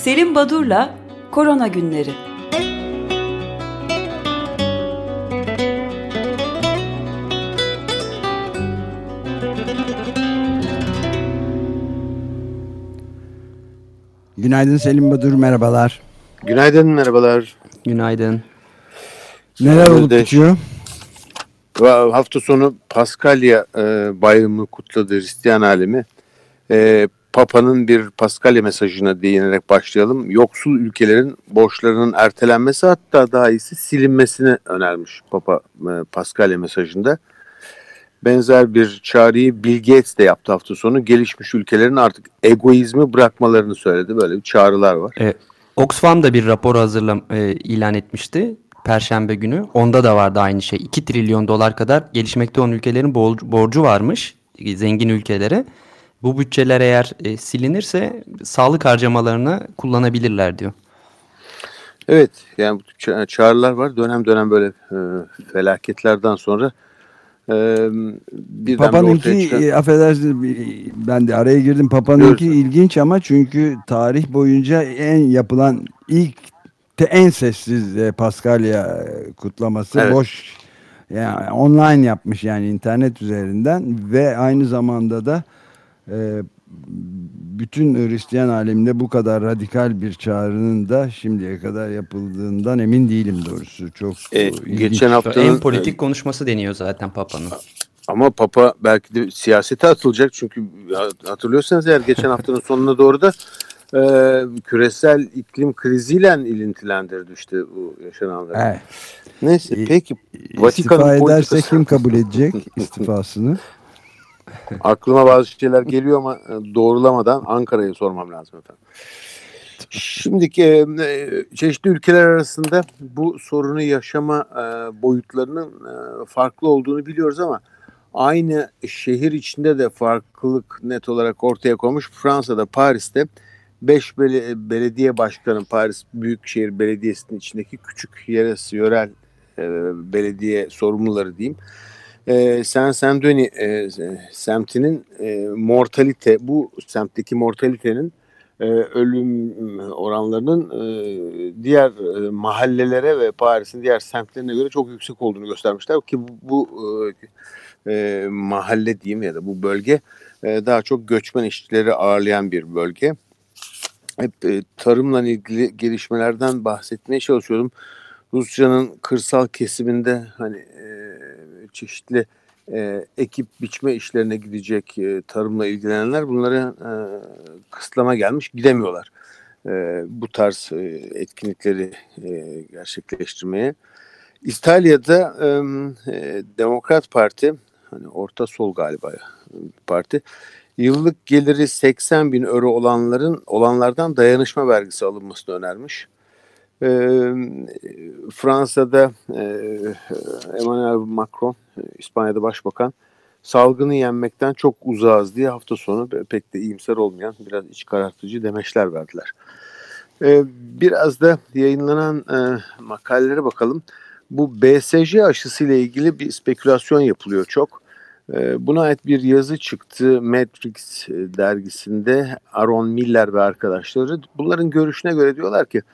Selim Badur'la Korona Günleri. Günaydın Selim Badur, merhabalar. Günaydın, merhabalar. Günaydın. Neler olup bitiyor? Hafta sonu Paskalya bayramını kutladı Hristiyan alemi. Papa'nın bir Paskalya mesajına değinerek başlayalım. Yoksul ülkelerin borçlarının ertelenmesi, hatta daha iyisi silinmesini önermiş Papa Paskalya mesajında. Benzer bir çağrıyı Bill Gates de yaptı hafta sonu. Gelişmiş ülkelerin artık egoizmi bırakmalarını söyledi. Böyle bir çağrılar var. Oxfam da bir rapor ilan etmişti Perşembe günü. Onda da vardı aynı şey. 2 trilyon dolar kadar gelişmekte olan ülkelerin borcu varmış zengin ülkelere. Bu bütçeler eğer silinirse sağlık harcamalarını kullanabilirler diyor. Evet, yani bu çağrılar var. Dönem dönem böyle felaketlerden sonra Papa'nınki, affedersiniz ben de araya girdim. Papa'nınki ilginç ama çünkü tarih boyunca yapılan en sessiz Paskalya kutlaması, evet. Boş, yani online yapmış, yani internet üzerinden ve aynı zamanda da bütün Hristiyan aleminde bu kadar radikal bir çağrının da şimdiye kadar yapıldığından emin değilim doğrusu. Çok ilginç. Geçen haftanın en politik konuşması deniyor zaten Papa'nın. Ama Papa belki de siyasete atılacak, çünkü hatırlıyorsanız eğer geçen haftanın sonuna doğru da küresel iklim kriziyle ilintilendirdi işte bu yaşananları. Evet. Neyse, peki Vatikan'ın ederse kim kabul edecek istifasını? Aklıma bazı şeyler geliyor ama doğrulamadan Ankara'ya sormam lazım efendim. Şimdiki çeşitli ülkeler arasında bu sorunu yaşama boyutlarının farklı olduğunu biliyoruz ama aynı şehir içinde de farklılık net olarak ortaya konmuş. Fransa'da, Paris'te 5 belediye başkanı, Paris Büyükşehir Belediyesi'nin içindeki küçük yerel belediye sorumluları diyeyim. Saint-Denis semtinin bu semtteki mortalitenin ölüm oranlarının diğer mahallelere ve Paris'in diğer semtlerine göre çok yüksek olduğunu göstermişler ki bu mahalle diyeyim ya da bu bölge daha çok göçmen işçileri ağırlayan bir bölge. Hep tarımla ilgili gelişmelerden bahsetmeye çalışıyordum. Rusya'nın kırsal kesiminde hani çeşitli ekip biçme işlerine gidecek tarımla ilgilenenler bunlara kısıtlama gelmiş, gidemiyorlar bu tarz etkinlikleri gerçekleştirmeye. İtalya'da Demokrat Parti, hani orta sol galiba parti, yıllık geliri 80 bin euro olanlardan dayanışma vergisi alınmasını önermiş. Fransa'da Emmanuel Macron, İspanya'da başbakan, salgını yenmekten çok uzağız diye hafta sonu pek de iyimser olmayan, biraz iç karartıcı demeçler verdiler. Biraz da yayınlanan makalelere bakalım. Bu BCG aşısı ile ilgili bir spekülasyon yapılıyor çok. Buna ait bir yazı çıktı Matrix dergisinde. Aaron Miller ve arkadaşları bunların görüşüne göre diyorlar ki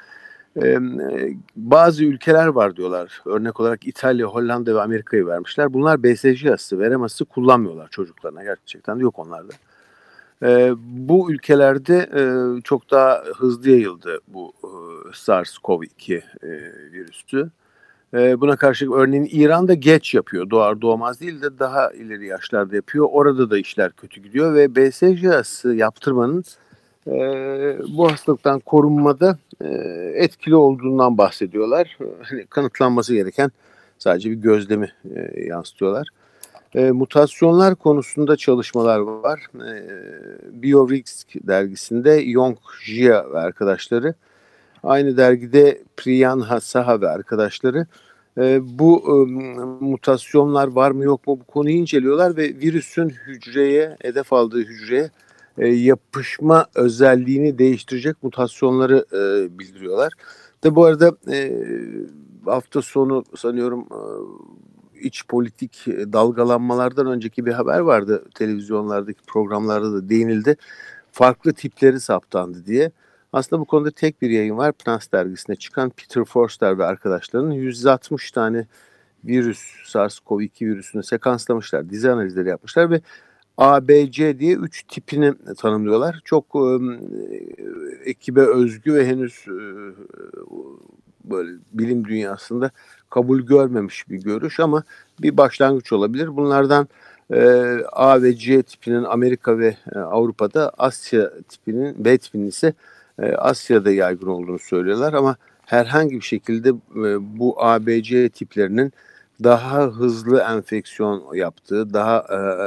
bazı ülkeler var diyorlar. Örnek olarak İtalya, Hollanda ve Amerika'yı vermişler. Bunlar BCG aşısı, verem aşısı kullanmıyorlar çocuklarına. Gerçekten de yok onlarda. Bu ülkelerde çok daha hızlı yayıldı bu SARS-CoV-2 virüsü. Buna karşı örneğin İran'da geç yapıyor. Doğar doğmaz değil de daha ileri yaşlarda yapıyor. Orada da işler kötü gidiyor ve BCG aşısı yaptırmanın bu hastalıktan korunmada etkili olduğundan bahsediyorlar. Hani kanıtlanması gereken sadece bir gözlemi yansıtıyorlar. Mutasyonlar konusunda çalışmalar var. BioRisk dergisinde Yong Jia ve arkadaşları, aynı dergide Priyanka Saha ve arkadaşları bu mutasyonlar var mı yok mu bu konuyu inceliyorlar ve virüsün hedef aldığı hücreye yapışma özelliğini değiştirecek mutasyonları bildiriyorlar. De bu arada hafta sonu sanıyorum iç politik dalgalanmalardan önceki bir haber vardı. Televizyonlardaki programlarda da değinildi. Farklı tipleri saptandı diye. Aslında bu konuda tek bir yayın var. PNAS dergisine çıkan Peter Forster ve arkadaşlarının 160 tane virüs, SARS-CoV-2 virüsünü sekanslamışlar. Dizi analizleri yapmışlar ve ABC diye 3 tipini tanımlıyorlar. Çok ekibe özgü ve henüz böyle bilim dünyasında kabul görmemiş bir görüş ama bir başlangıç olabilir. Bunlardan A ve C tipinin Amerika ve Avrupa'da, Asya tipinin, B tipinin ise Asya'da yaygın olduğunu söylüyorlar ama herhangi bir şekilde bu ABC tiplerinin daha hızlı enfeksiyon yaptığı, daha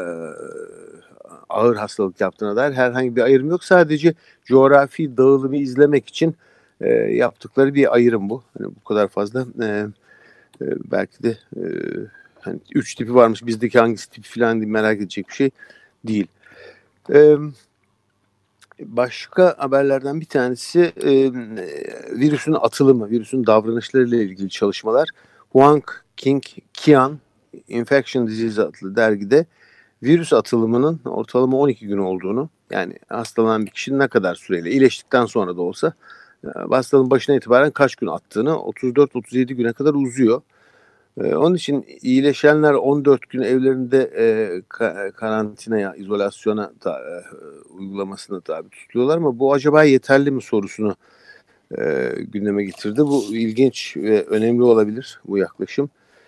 ağır hastalık yaptığına dair herhangi bir ayrım yok. Sadece coğrafi dağılımı izlemek için yaptıkları bir ayrım bu. Hani bu kadar fazla belki de hani 3 tipi varmış, bizdeki hangisi tipi falan diye merak edecek bir şey değil. Başka haberlerden bir tanesi virüsün atılımı, virüsün davranışlarıyla ilgili çalışmalar. Huang King Qian Infection Disease adlı dergide virüs atılımının ortalama 12 gün olduğunu, yani hastalanan bir kişinin ne kadar süreyle iyileştikten sonra da olsa hastalığın başına itibaren kaç gün attığını, 34-37 güne kadar uzuyor. Onun için iyileşenler 14 gün evlerinde karantinaya, izolasyona uygulamasına tabi tutuluyorlar ama bu acaba yeterli mi sorusunu gündeme getirdi. Bu ilginç ve önemli olabilir bu yaklaşım.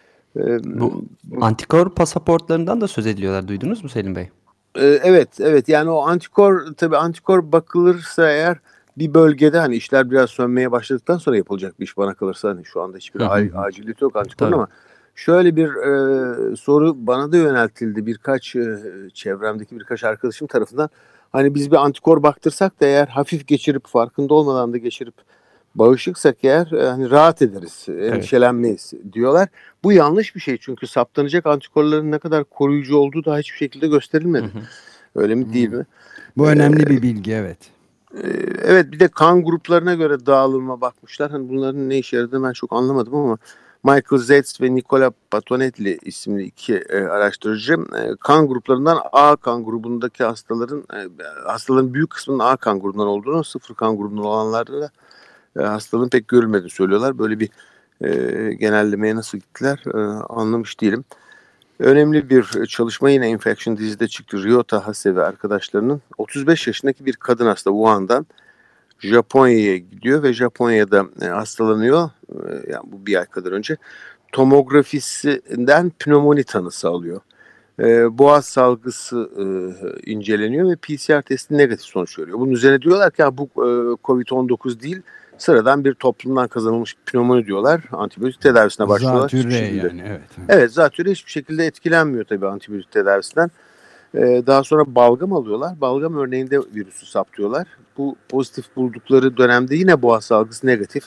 Bu antikor pasaportlarından da söz ediliyorlar. Duydunuz mu Selim Bey? Evet. Yani o antikor bakılırsa eğer bir bölgede, hani işler biraz sönmeye başladıktan sonra yapılacak bir iş bana kalırsa, hani şu anda hiçbir aciliyeti yok antikorun ama şöyle bir soru bana da yöneltildi çevremdeki birkaç arkadaşım tarafından. Hani biz bir antikor baktırsak da eğer hafif geçirip, farkında olmadan da geçirip bağışıksak eğer hani rahat ederiz, endişelenmeyiz diyorlar. Bu yanlış bir şey çünkü saptanacak antikorların ne kadar koruyucu olduğu da hiçbir şekilde gösterilmedi. Öyle mi değil mi? Bu önemli bir bilgi, evet. Evet, bir de kan gruplarına göre dağılıma bakmışlar. Hani bunların ne işe yaradığını ben çok anlamadım ama Michael Zetz ve Nicola Patonelli isimli iki araştırıcı kan gruplarından A kan grubundaki hastaların büyük kısmının A kan grubundan olduğunu, sıfır kan grubundan olanlarda da hastalığın pek görülmediğini söylüyorlar. Böyle bir genellemeye nasıl gittiler anlamış değilim. Önemli bir çalışma yine Infection dizide çıktı. Ryota Hase ve arkadaşlarının 35 yaşındaki bir kadın hasta Wuhan'dan Japonya'ya gidiyor ve Japonya'da hastalanıyor. Yani bu bir ay kadar önce. Tomografisinden pnömoni tanısı alıyor. Boğaz salgısı inceleniyor ve PCR testi negatif sonuç veriyor. Bunun üzerine diyorlar ki bu COVID-19 değil, sıradan bir toplumdan kazanılmış pnömoni diyorlar. Antibiyotik tedavisine başlıyorlar. Zatürre yani, evet. Evet, zatürre hiçbir şekilde etkilenmiyor tabii antibiyotik tedavisinden. Daha sonra balgam alıyorlar. Balgam örneğinde virüsü saptıyorlar. Bu pozitif buldukları dönemde yine boğaz salgısı negatif.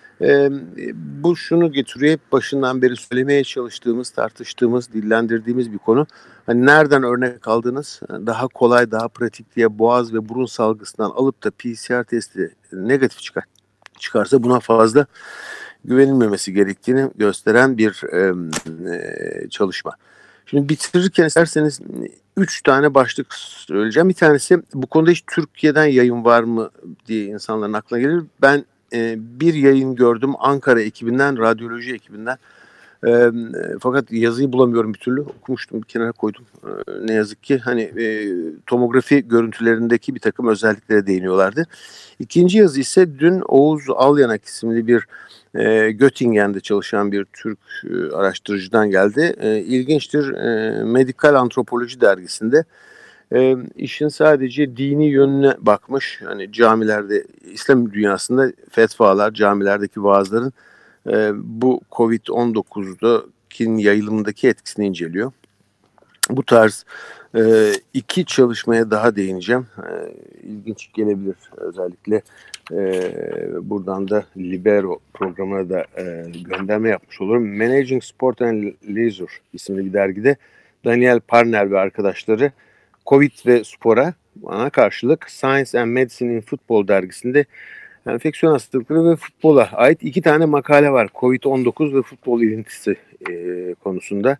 Bu şunu getiriyor, hep başından beri söylemeye çalıştığımız, tartıştığımız, dillendirdiğimiz bir konu. Hani nereden örnek aldınız? Daha kolay, daha pratik diye boğaz ve burun salgısından alıp da PCR testi negatif çıkarsa buna fazla güvenilmemesi gerektiğini gösteren bir çalışma. Şimdi bitirirken isterseniz 3 tane başlık söyleyeceğim. Bir tanesi, bu konuda hiç Türkiye'den yayın var mı diye insanların aklına gelir. Ben bir yayın gördüm Ankara ekibinden, radyoloji ekibinden. Fakat yazıyı bulamıyorum bir türlü. Okumuştum, bir kenara koydum. Ne yazık ki hani tomografi görüntülerindeki bir takım özelliklere değiniyorlardı. İkinci yazı ise dün Oğuz Alyanak isimli bir Göttingen'de çalışan bir Türk araştırıcıdan geldi. İlginçtir. Medikal Antropoloji dergisinde işin sadece dini yönüne bakmış. Hani camilerde, İslam dünyasında fetvalar, camilerdeki vaazların bu Covid-19'daki yayılımındaki etkisini inceliyor. Bu tarz iki çalışmaya daha değineceğim. İlginç gelebilir özellikle. Buradan da Libero programına da gönderme yapmış olurum. Managing Sport and Leisure isimli bir dergide Daniel Parner ve arkadaşları Covid ve spora, ana karşılık Science and Medicine in Football dergisinde enfeksiyon hastalıkları ve futbola ait 2 tane makale var. Covid-19 ve futbol ilintisi konusunda.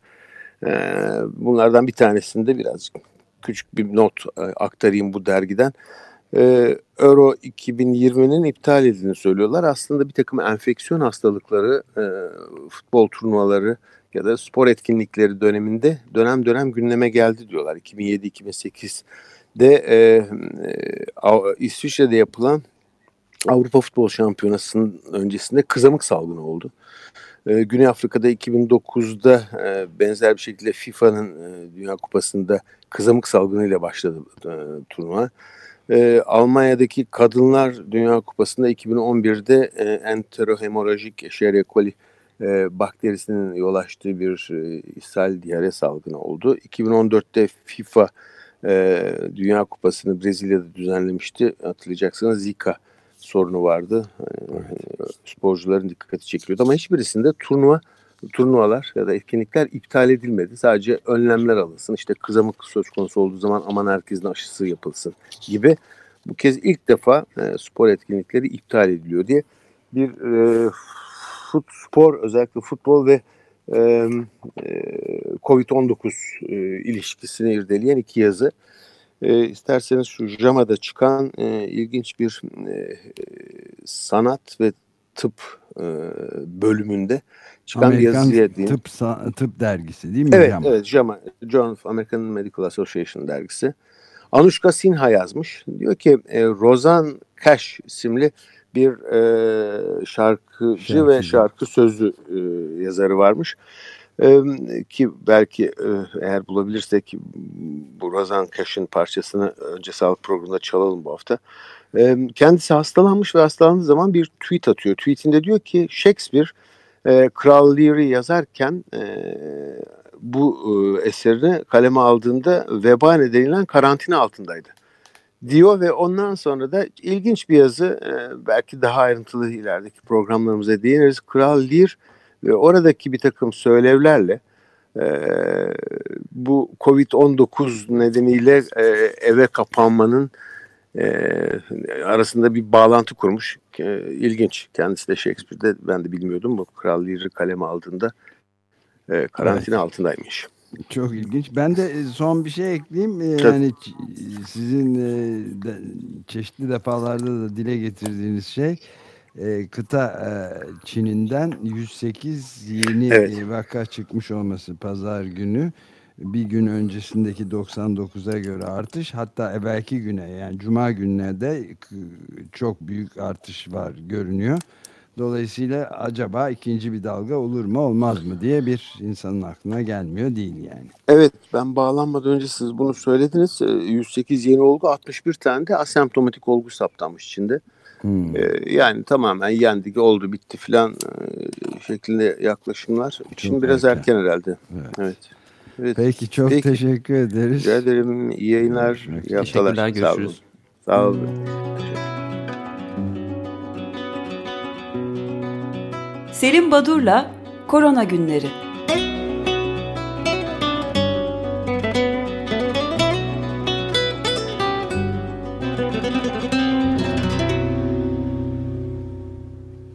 Bunlardan bir tanesinde birazcık küçük bir not aktarayım bu dergiden. Euro 2020'nin iptal edildiğini söylüyorlar. Aslında bir takım enfeksiyon hastalıkları, futbol turnuvaları ya da spor etkinlikleri döneminde dönem dönem gündeme geldi diyorlar. 2007-2008'de İsviçre'de yapılan Avrupa Futbol Şampiyonası'nın öncesinde kızamık salgını oldu. Güney Afrika'da 2009'da benzer bir şekilde FIFA'nın Dünya Kupası'nda kızamık salgınıyla başladı turnuva. Almanya'daki Kadınlar Dünya Kupası'nda 2011'de enterohemorajik Escherichia coli bakterisinin yol açtığı bir ishal diyare salgını oldu. 2014'te FIFA Dünya Kupası'nı Brezilya'da düzenlemişti. Hatırlayacaksınız, Zika sorunu vardı. Sporcuların dikkati çekiliyordu ama hiçbirisinde turnuvalar ya da etkinlikler iptal edilmedi. Sadece önlemler alınsın. İşte kızamık söz konusu olduğu zaman aman herkesin aşısı yapılsın gibi. Bu kez ilk defa spor etkinlikleri iptal ediliyor diye bir spor, özellikle futbol ve Covid-19 ilişkisini irdeleyen iki yazı. İsterseniz şu JAMA'da çıkan ilginç bir sanat ve tıp bölümünde çıkan Amerikan bir yazıya diyeyim. Tıp dergisi değil mi? Evet, JAMA? evet, JAMA, Journal of American Medical Association dergisi. Anushka Sinha yazmış. Diyor ki Rosanne Cash isimli bir şarkıcı ve şarkı sözlü yazarı varmış. Ki belki eğer bulabilirsek bu Rosanne Cash'in parçasını önce sağlık programında çalalım bu hafta. Kendisi hastalanmış ve hastalandığı zaman bir tweet atıyor. Tweetinde diyor ki Shakespeare Kral Lear'ı yazarken bu eserini kaleme aldığında veba nedeniyle karantina altındaydı diyor ve ondan sonra da ilginç bir yazı, belki daha ayrıntılı ilerideki programlarımıza değiniriz. Kral Lear ve oradaki bir takım söylevlerle bu Covid-19 nedeniyle eve kapanmanın arasında bir bağlantı kurmuş. İlginç. Kendisi de Shakespeare'de, ben de bilmiyordum, bu Kral Lear'ı kaleme aldığında karantina altındaymış. Çok ilginç. Ben de son bir şey ekleyeyim. Yani sizin çeşitli defalarda da dile getirdiğiniz şey, kıta Çin'inden 108 yeni vaka çıkmış olması pazar günü. Bir gün öncesindeki 99'a göre artış, hatta evvelki güne, yani Cuma gününe de çok büyük artış var görünüyor. Dolayısıyla acaba ikinci bir dalga olur mu olmaz mı diye bir insanın aklına gelmiyor değil yani. Evet, ben bağlanmadan önce siz bunu söylediniz. 108 yeni olgu, 61 tane de asemptomatik olgu saptanmış içinde. Yani tamamen yendik, oldu, bitti filan şeklinde yaklaşımlar. Şimdi biraz erken herhalde. Evet. Peki, çok teşekkür ederiz. Rica ederim. İyi yayınlar. İyi haftalar. Teşekkürler, görüşürüz. Sağ olun. Selim Badur'la Korona Günleri.